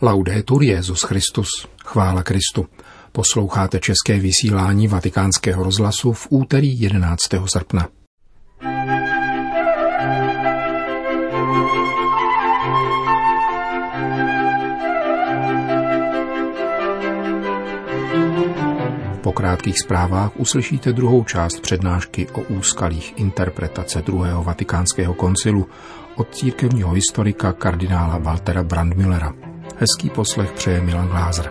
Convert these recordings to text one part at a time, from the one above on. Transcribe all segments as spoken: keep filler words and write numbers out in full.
Laudetur Jesus Christus, chvála Kristu. Posloucháte české vysílání Vatikánského rozhlasu v úterý jedenáctého srpna. Po krátkých zprávách uslyšíte druhou část přednášky o úskalích interpretace druhého vatikánského koncilu od církevního historika kardinála Waltera Brandmüllera. Hezký poslech přeje Milan Glázer.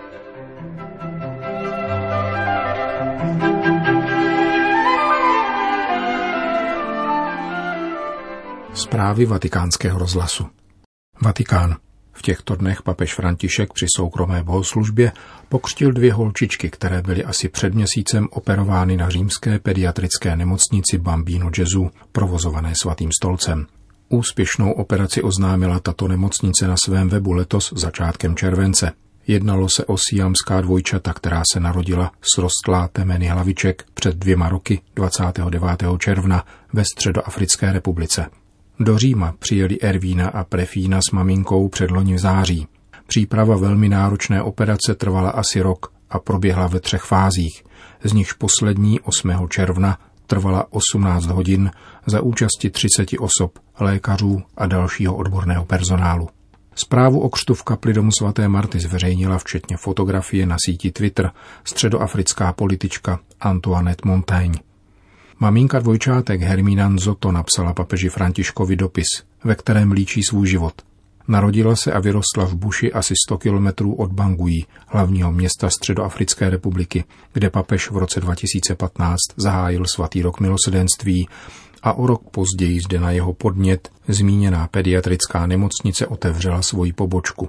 Zprávy Vatikánského rozhlasu. Vatikán. V těchto dnech papež František při soukromé bohoslužbě pokřtil dvě holčičky, které byly asi před měsícem operovány na římské pediatrické nemocnici Bambino Gesù, provozované Svatým stolcem. Úspěšnou operaci oznámila tato nemocnice na svém webu letos začátkem července. Jednalo se o siamská dvojčata, která se narodila srostlá temeny hlaviček před dvěma roky dvacátého devátého června ve Středoafrické republice. Do Říma přijeli Ervína a Prefína s maminkou předloni v září. Příprava velmi náročné operace trvala asi rok a proběhla ve třech fázích, z nichž poslední osmého června trvala osmnáct hodin za účasti třiceti osob, lékařů a dalšího odborného personálu. Zprávu o křtu v kapli domu svaté Marty zveřejnila včetně fotografie na síti Twitter středoafrická politička Antoinette Montaigne. Maminka dvojčátek Hermína Nzoto napsala papeži Františkovi dopis, ve kterém líčí svůj život. Narodila se a vyrostla v buši asi sto kilometrů od Bangui, hlavního města Středoafrické republiky, kde papež v roce dva tisíce patnáct zahájil svatý rok milosrdenství a o rok později zde na jeho podnět zmíněná pediatrická nemocnice otevřela svoji pobočku.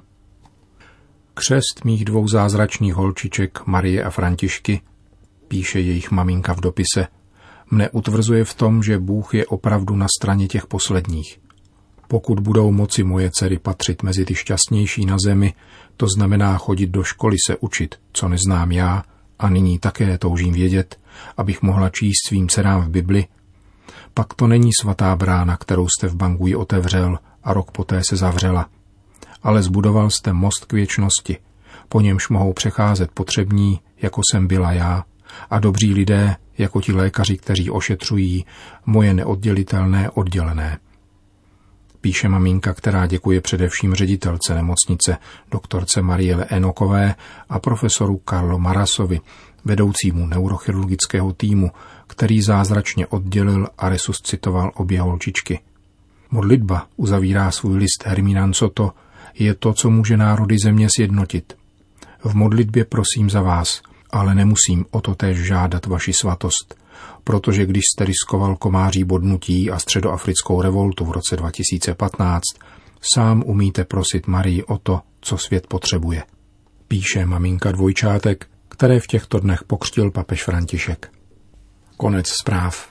Křest mých dvou zázračných holčiček Marie a Františky, píše jejich maminka v dopise, mne utvrzuje v tom, že Bůh je opravdu na straně těch posledních. Pokud budou moci moje dcery patřit mezi ty šťastnější na zemi, to znamená chodit do školy se učit, co neznám já, a nyní také toužím vědět, abych mohla číst svým dcerám v Bibli, pak to není svatá brána, kterou jste v Bangui otevřel a rok poté se zavřela, ale zbudoval jste most k věčnosti, po němž mohou přecházet potřební, jako jsem byla já, a dobří lidé, jako ti lékaři, kteří ošetřují moje neoddělitelné oddělené. Píše maminka, která děkuje především ředitelce nemocnice, doktorce Marielle Enokové a profesoru Carlo Marasovi, vedoucímu neurochirurgického týmu, který zázračně oddělil a resuscitoval obě holčičky. Modlitba, uzavírá svůj list Hermína Nzoto, je to, co může národy země sjednotit. V modlitbě prosím za vás, ale nemusím o to též žádat vaši svatost, protože když jste riskoval komáří bodnutí a středoafrickou revoltu v roce dva tisíce patnáct, sám umíte prosit Marii o to, co svět potřebuje. Píše maminka dvojčátek, které v těchto dnech pokřtil papež František. Konec zpráv.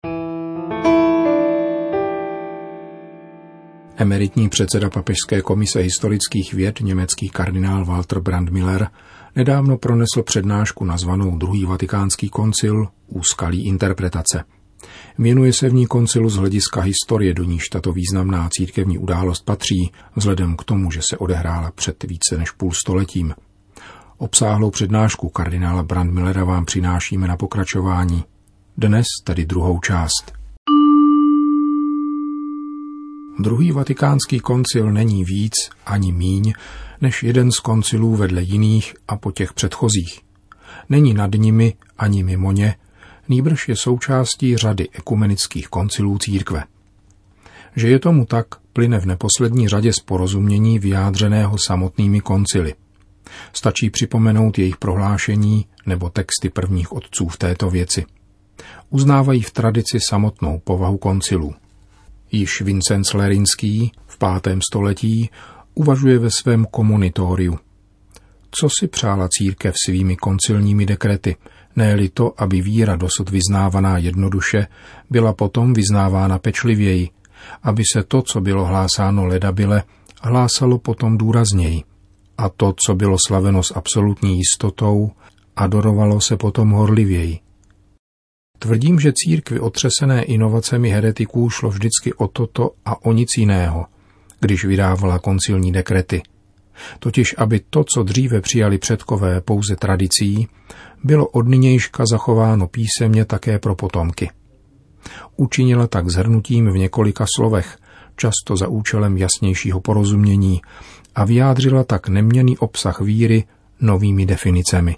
Emeritní předseda Papežské komise historických věd německý kardinál Walter Brandmüller nedávno pronesl přednášku nazvanou Druhý vatikánský koncil úskalí interpretace. Věnuje se v ní koncilu z hlediska historie, do níž tato významná církevní událost patří, vzhledem k tomu, že se odehrála před více než půl stoletím. Obsáhlou přednášku kardinála Brandmüllera vám přinášíme na pokračování. Dnes tedy druhou část. Druhý vatikánský koncil není víc ani míň než jeden z koncilů vedle jiných a po těch předchozích. Není nad nimi ani mimo ně, nýbrž je součástí řady ekumenických koncilů církve. Že je tomu tak, plyne v neposlední řadě z porozumění vyjádřeného samotnými koncily. Stačí připomenout jejich prohlášení nebo texty prvních otců v této věci. Uznávají v tradici samotnou povahu koncilů. Již Vincenc Lerinský v pátém století uvažuje ve svém komunitoriu. Co si přála církev svými koncilními dekrety, ne-li to, aby víra dosud vyznávaná jednoduše, byla potom vyznávána pečlivěji, aby se to, co bylo hlásáno ledabyle, hlásalo potom důrazněji, a to, co bylo slaveno s absolutní jistotou, adorovalo se potom horlivěji. Tvrdím, že církvi otřesené inovacemi heretiků šlo vždycky o toto a o nic jiného, když vydávala koncilní dekrety. Totiž aby to, co dříve přijali předkové pouze tradicí, bylo od nynějška zachováno písemně také pro potomky. Učinila tak shrnutím v několika slovech, často za účelem jasnějšího porozumění, a vyjádřila tak neměnný obsah víry novými definicemi.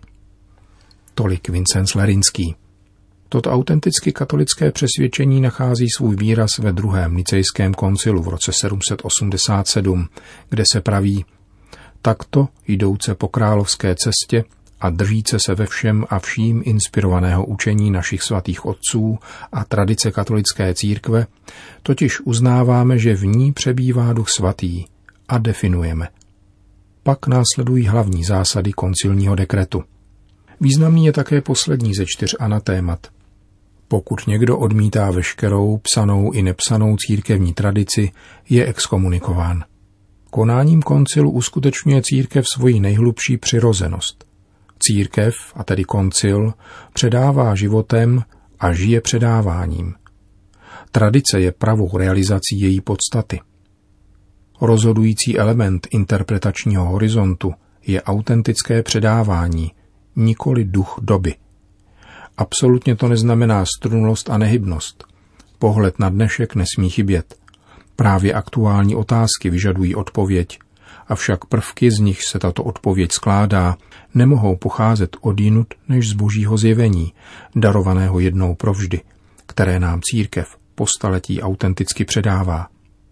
Tolik Vincenc Lerínský. Toto autenticky katolické přesvědčení nachází svůj výraz ve druhém nicejském koncilu v roce sedm set osmdesát sedm, kde se praví: takto jdouce po královské cestě a držíce se ve všem a vším inspirovaného učení našich svatých otců a tradice katolické církve, totiž uznáváme, že v ní přebývá Duch svatý, a definujeme. Pak následují hlavní zásady koncilního dekretu. Významný je také poslední ze čtyř anatémat. Pokud někdo odmítá veškerou psanou i nepsanou církevní tradici, je exkomunikován. Konáním koncilu uskutečňuje církev svoji nejhlubší přirozenost. Církev, a tedy koncil, předává životem a žije předáváním. Tradice je pravou realizací její podstaty. Rozhodující element interpretačního horizontu je autentické předávání, nikoli duch doby. Absolutně to neznamená strunulost a nehybnost. Pohled na dnešek nesmí chybět. Právě aktuální otázky vyžadují odpověď, avšak prvky, z nich se tato odpověď skládá, nemohou pocházet odjinud než z božího zjevení, darovaného jednou provždy, které nám církev po staletí autenticky předává.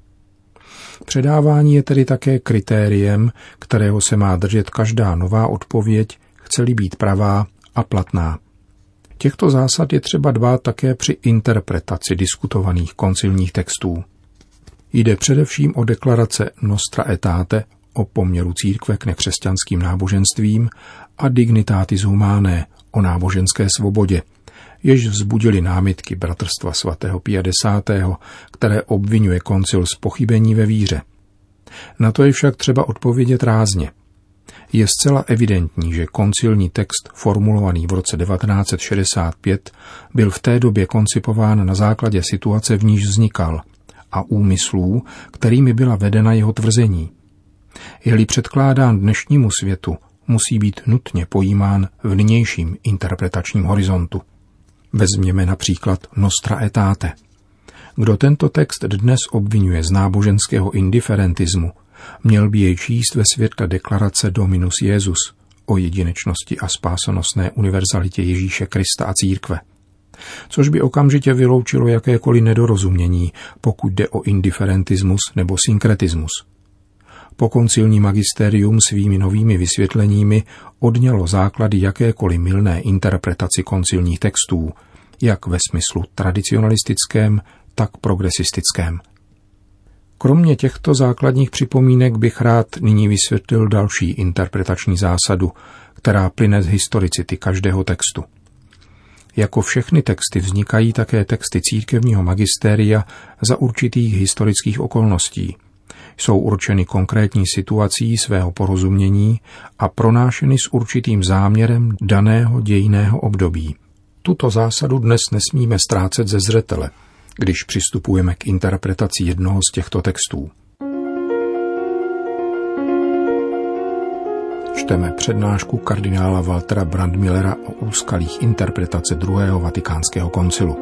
Předávání je tedy také kritériem, kterého se má držet každá nová odpověď, chce-li být pravá a platná. Těchto zásad je třeba dbát také při interpretaci diskutovaných koncilních textů. Jde především o deklarace Nostra Aetate, o poměru církve k nekřesťanským náboženstvím, a Dignitatis Humanae, o náboženské svobodě, jež vzbudili námitky bratrstva svatého Pia X., které obvinuje koncil z pochybení ve víře. Na to je však třeba odpovědět rázně. Je zcela evidentní, že koncilní text formulovaný v roce devatenáct set šedesát pět byl v té době koncipován na základě situace, v níž vznikal, a úmyslů, kterými byla vedena jeho tvrzení. Je-li předkládán dnešnímu světu, musí být nutně pojímán v nynějším interpretačním horizontu. Vezměme například Nostra Aetate. Kdo tento text dnes obvinuje z náboženského indiferentismu, měl by jej číst ve světle deklarace Dominus Jesus o jedinečnosti a spásonosné univerzalitě Ježíše Krista a církve, což by okamžitě vyloučilo jakékoliv nedorozumění, pokud jde o indiferentismus nebo synkretismus. Pokoncilní magisterium svými novými vysvětleními odňalo základy jakékoliv mylné interpretaci koncilních textů, jak ve smyslu tradicionalistickém, tak progresistickém. Kromě těchto základních připomínek bych rád nyní vysvětlil další interpretační zásadu, která plyne z historicity každého textu. Jako všechny texty vznikají také texty církevního magistéria za určitých historických okolností. Jsou určeny konkrétní situací svého porozumění a pronášeny s určitým záměrem daného dějinného období. Tuto zásadu dnes nesmíme ztrácet ze zřetele, když přistupujeme k interpretaci jednoho z těchto textů. Čteme přednášku kardinála Waltera Brandmillera o úskalích interpretace druhého vatikánského koncilu.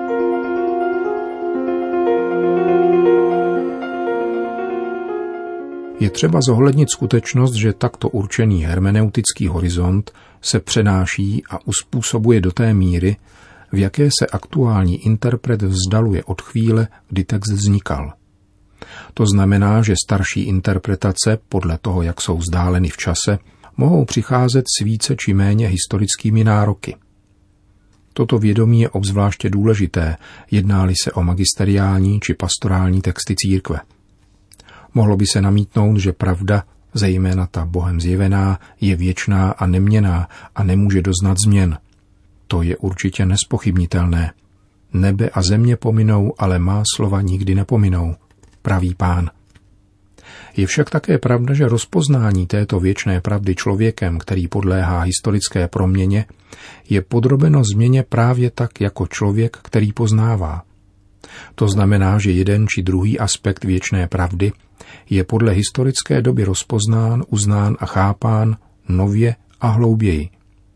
Je třeba zohlednit skutečnost, že takto určený hermeneutický horizont se přenáší a uspůsobuje do té míry, v jaké se aktuální interpret vzdaluje od chvíle, kdy text vznikal. To znamená, že starší interpretace, podle toho, jak jsou vzdáleny v čase, mohou přicházet s více či méně historickými nároky. Toto vědomí je obzvláště důležité, jedná-li se o magisteriální či pastorální texty církve. Mohlo by se namítnout, že pravda, zejména ta Bohem zjevená, je věčná a neměnná a nemůže doznat změn. To je určitě nespochybnitelné. Nebe a země pominou, ale má slova nikdy nepominou, praví Pán. Je však také pravda, že rozpoznání této věčné pravdy člověkem, který podléhá historické proměně, je podrobeno změně právě tak jako člověk, který poznává. To znamená, že jeden či druhý aspekt věčné pravdy je podle historické doby rozpoznán, uznán a chápán nově a hlouběji.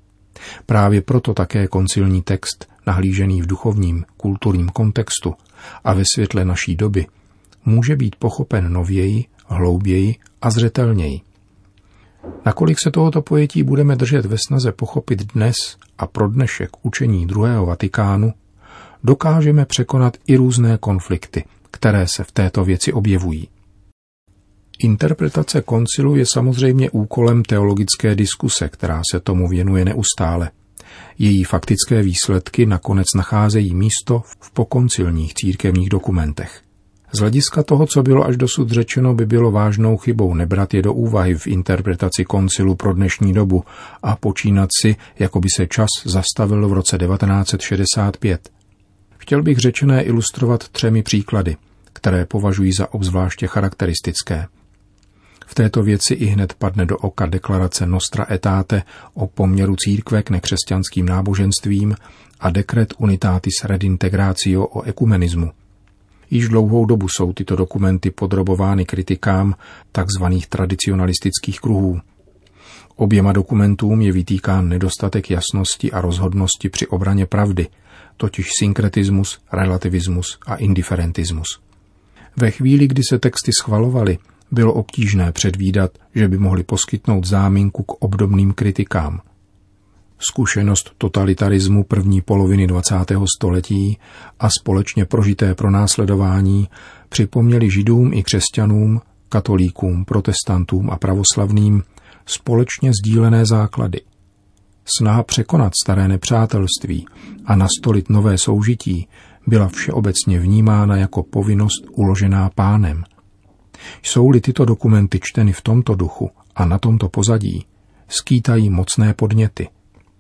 Právě proto také koncilní text, nahlížený v duchovním, kulturním kontextu a ve světle naší doby, může být pochopen nověji, hlouběji a zřetelněji. Nakolik se tohoto pojetí budeme držet ve snaze pochopit dnes a pro dnešek učení druhého Vatikánu, dokážeme překonat i různé konflikty, které se v této věci objevují. Interpretace koncilu je samozřejmě úkolem teologické diskuse, která se tomu věnuje neustále. Její faktické výsledky nakonec nacházejí místo v pokoncilních církevních dokumentech. Z hlediska toho, co bylo až dosud řečeno, by bylo vážnou chybou nebrat je do úvahy v interpretaci koncilu pro dnešní dobu a počínat si, jako by se čas zastavil v roce devatenáct set šedesát pět. Chtěl bych řečené ilustrovat třemi příklady, které považuji za obzvláště charakteristické. V této věci i hned padne do oka deklarace Nostra Aetate o poměru církve k nekřesťanským náboženstvím a dekret Unitatis Redintegratio o ekumenismu. Již dlouhou dobu jsou tyto dokumenty podrobovány kritikám takzvaných tradicionalistických kruhů. Oběma dokumentům je vytýkán nedostatek jasnosti a rozhodnosti při obraně pravdy, totiž synkretismus, relativismus a indiferentismus. Ve chvíli, kdy se texty schvalovaly, bylo obtížné předvídat, že by mohli poskytnout záminku k obdobným kritikám. Zkušenost totalitarismu první poloviny dvacátého století a společně prožité pronásledování připomněli židům i křesťanům, katolíkům, protestantům a pravoslavným společně sdílené základy. Snaha překonat staré nepřátelství a nastolit nové soužití byla všeobecně vnímána jako povinnost uložená Pánem. Jsou-li tyto dokumenty čteny v tomto duchu a na tomto pozadí, skýtají mocné podněty.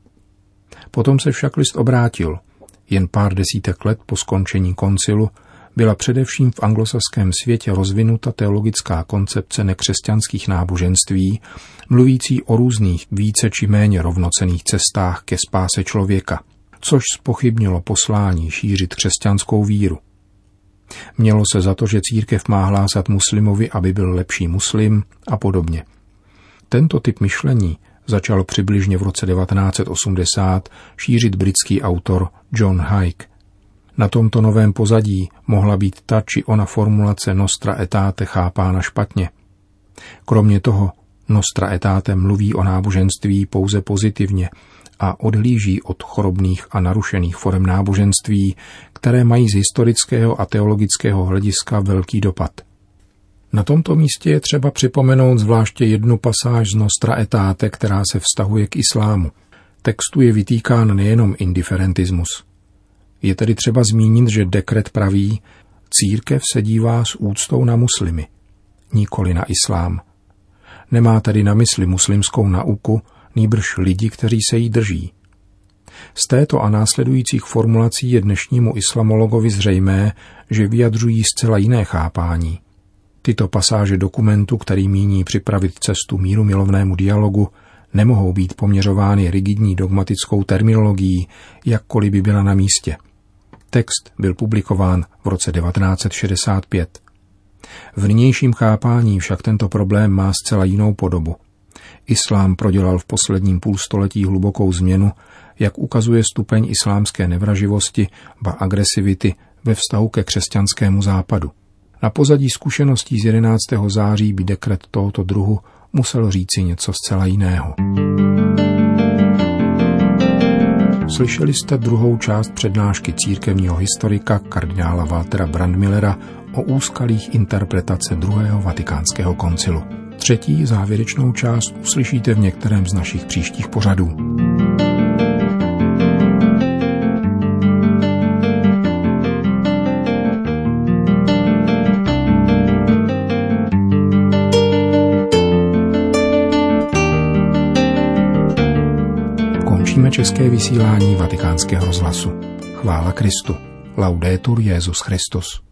Potom se však list obrátil. Jen pár desítek let po skončení koncilu byla především v anglosaském světě rozvinuta teologická koncepce nekřesťanských náboženství, mluvící o různých více či méně rovnocenných cestách ke spáse člověka, což zpochybnilo poslání šířit křesťanskou víru. Mělo se za to, že církev má hlásat muslimovi, aby byl lepší muslim a podobně. Tento typ myšlení začal přibližně v roce devatenáct set osmdesát šířit britský autor John Haike. Na tomto novém pozadí mohla být ta či ona formulace Nostra Aetate chápána špatně. Kromě toho Nostra Aetate mluví o náboženství pouze pozitivně a odhlíží od chorobných a narušených forem náboženství, které mají z historického a teologického hlediska velký dopad. Na tomto místě je třeba připomenout zvláště jednu pasáž z Nostra Aetate, která se vztahuje k islámu. Textu je vytýkán nejenom indiferentismus. Je tedy třeba zmínit, že dekret praví, církev se dívá s úctou na muslimy, nikoli na islám. Nemá tedy na mysli muslimskou nauku, nýbrž lidi, kteří se jí drží. Z této a následujících formulací je dnešnímu islamologovi zřejmé, že vyjadřují zcela jiné chápání. Tyto pasáže dokumentu, který míní připravit cestu mírumilovnému dialogu, nemohou být poměřovány rigidní dogmatickou terminologií, jakkoliv by byla na místě. Text byl publikován v roce devatenáct set šedesát pět. V nynějším chápání však tento problém má zcela jinou podobu. Islám prodělal v posledním půlstoletí hlubokou změnu, jak ukazuje stupeň islámské nevraživosti ba agresivity ve vztahu ke křesťanskému západu. Na pozadí zkušeností z jedenáctého září by dekret tohoto druhu musel říci něco zcela jiného. Slyšeli jste druhou část přednášky církevního historika kardinála Waltera Brandmillera o úskalích interpretace druhého vatikánského koncilu. Třetí závěrečnou část uslyšíte v některém z našich příštích pořadů. Končíme české vysílání Vatikánského rozhlasu. Chvála Kristu. Laudetur Jesus Christus.